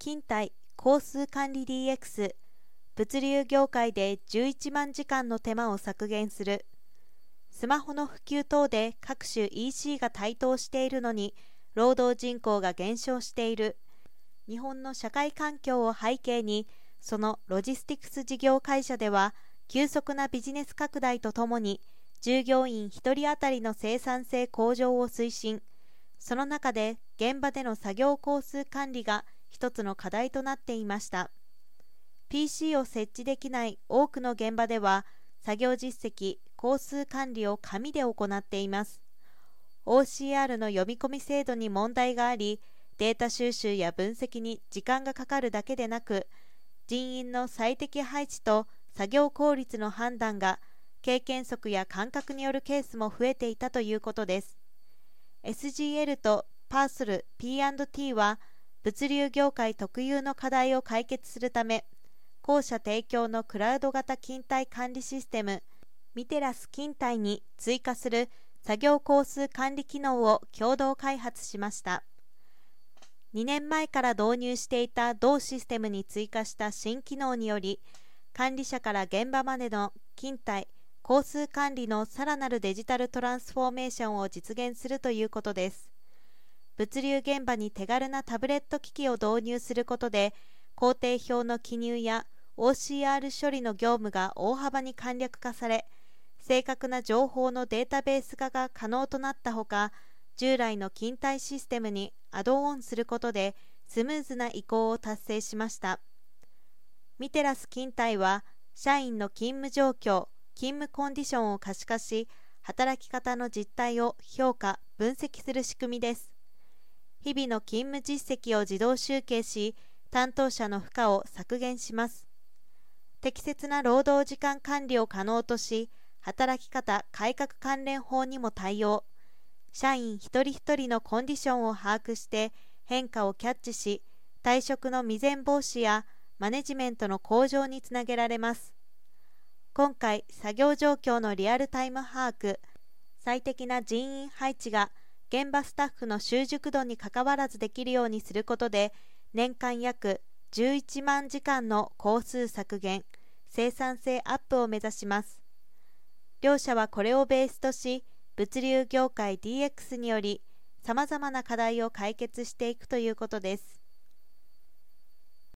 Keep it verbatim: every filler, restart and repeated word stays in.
勤怠・工数管理 ディーエックス、物流業界でじゅういちまんじかんの手間を削減する。スマホの普及等で各種 イーシー が台頭しているのに、労働人口が減少している。日本の社会環境を背景に、そのロジスティクス事業会社では、急速なビジネス拡大とともに、従業員ひとり当たりの生産性向上を推進。その中で現場での作業工数管理が一つの課題となっていました。ピーシー を設置できない多くの現場では、作業実績、工数管理を紙で行っています。オーシーアール の読み込み精度に問題があり、データ収集や分析に時間がかかるだけでなく、人員の最適配置と作業効率の判断が経験則や感覚によるケースも増えていたということです。エスジーエル と パーソル ピーアンドティー は物流業界特有の課題を解決するため、後者提供のクラウド型勤怠管理システムミテラス勤怠に追加する作業工数管理機能を共同開発しました。にねんまえから導入していた同システムに追加した新機能により、管理者から現場までの勤怠・工数管理のさらなるデジタルトランスフォーメーションを実現するということです。物流現場に手軽なタブレット機器を導入することで、工程表の記入や オーシーアール 処理の業務が大幅に簡略化され、正確な情報のデータベース化が可能となったほか、従来の勤怠システムにアドオンすることでスムーズな移行を達成しました。ミテラス勤怠は、社員の勤務状況、勤務コンディションを可視化し、働き方の実態を評価・分析する仕組みです。日々の勤務実績を自動集計し、担当者の負荷を削減します。適切な労働時間管理を可能とし、働き方改革関連法にも対応。社員一人一人のコンディションを把握して変化をキャッチし、退職の未然防止やマネジメントの向上につなげられます。今回、作業状況のリアルタイム把握、最適な人員配置が現場スタッフの習熟度にかかわらずできるようにすることで、年間約じゅういちまんじかんの工数削減、生産性アップを目指します。両社はこれをベースとし、物流業界 ディーエックス により、さまざまな課題を解決していくということです。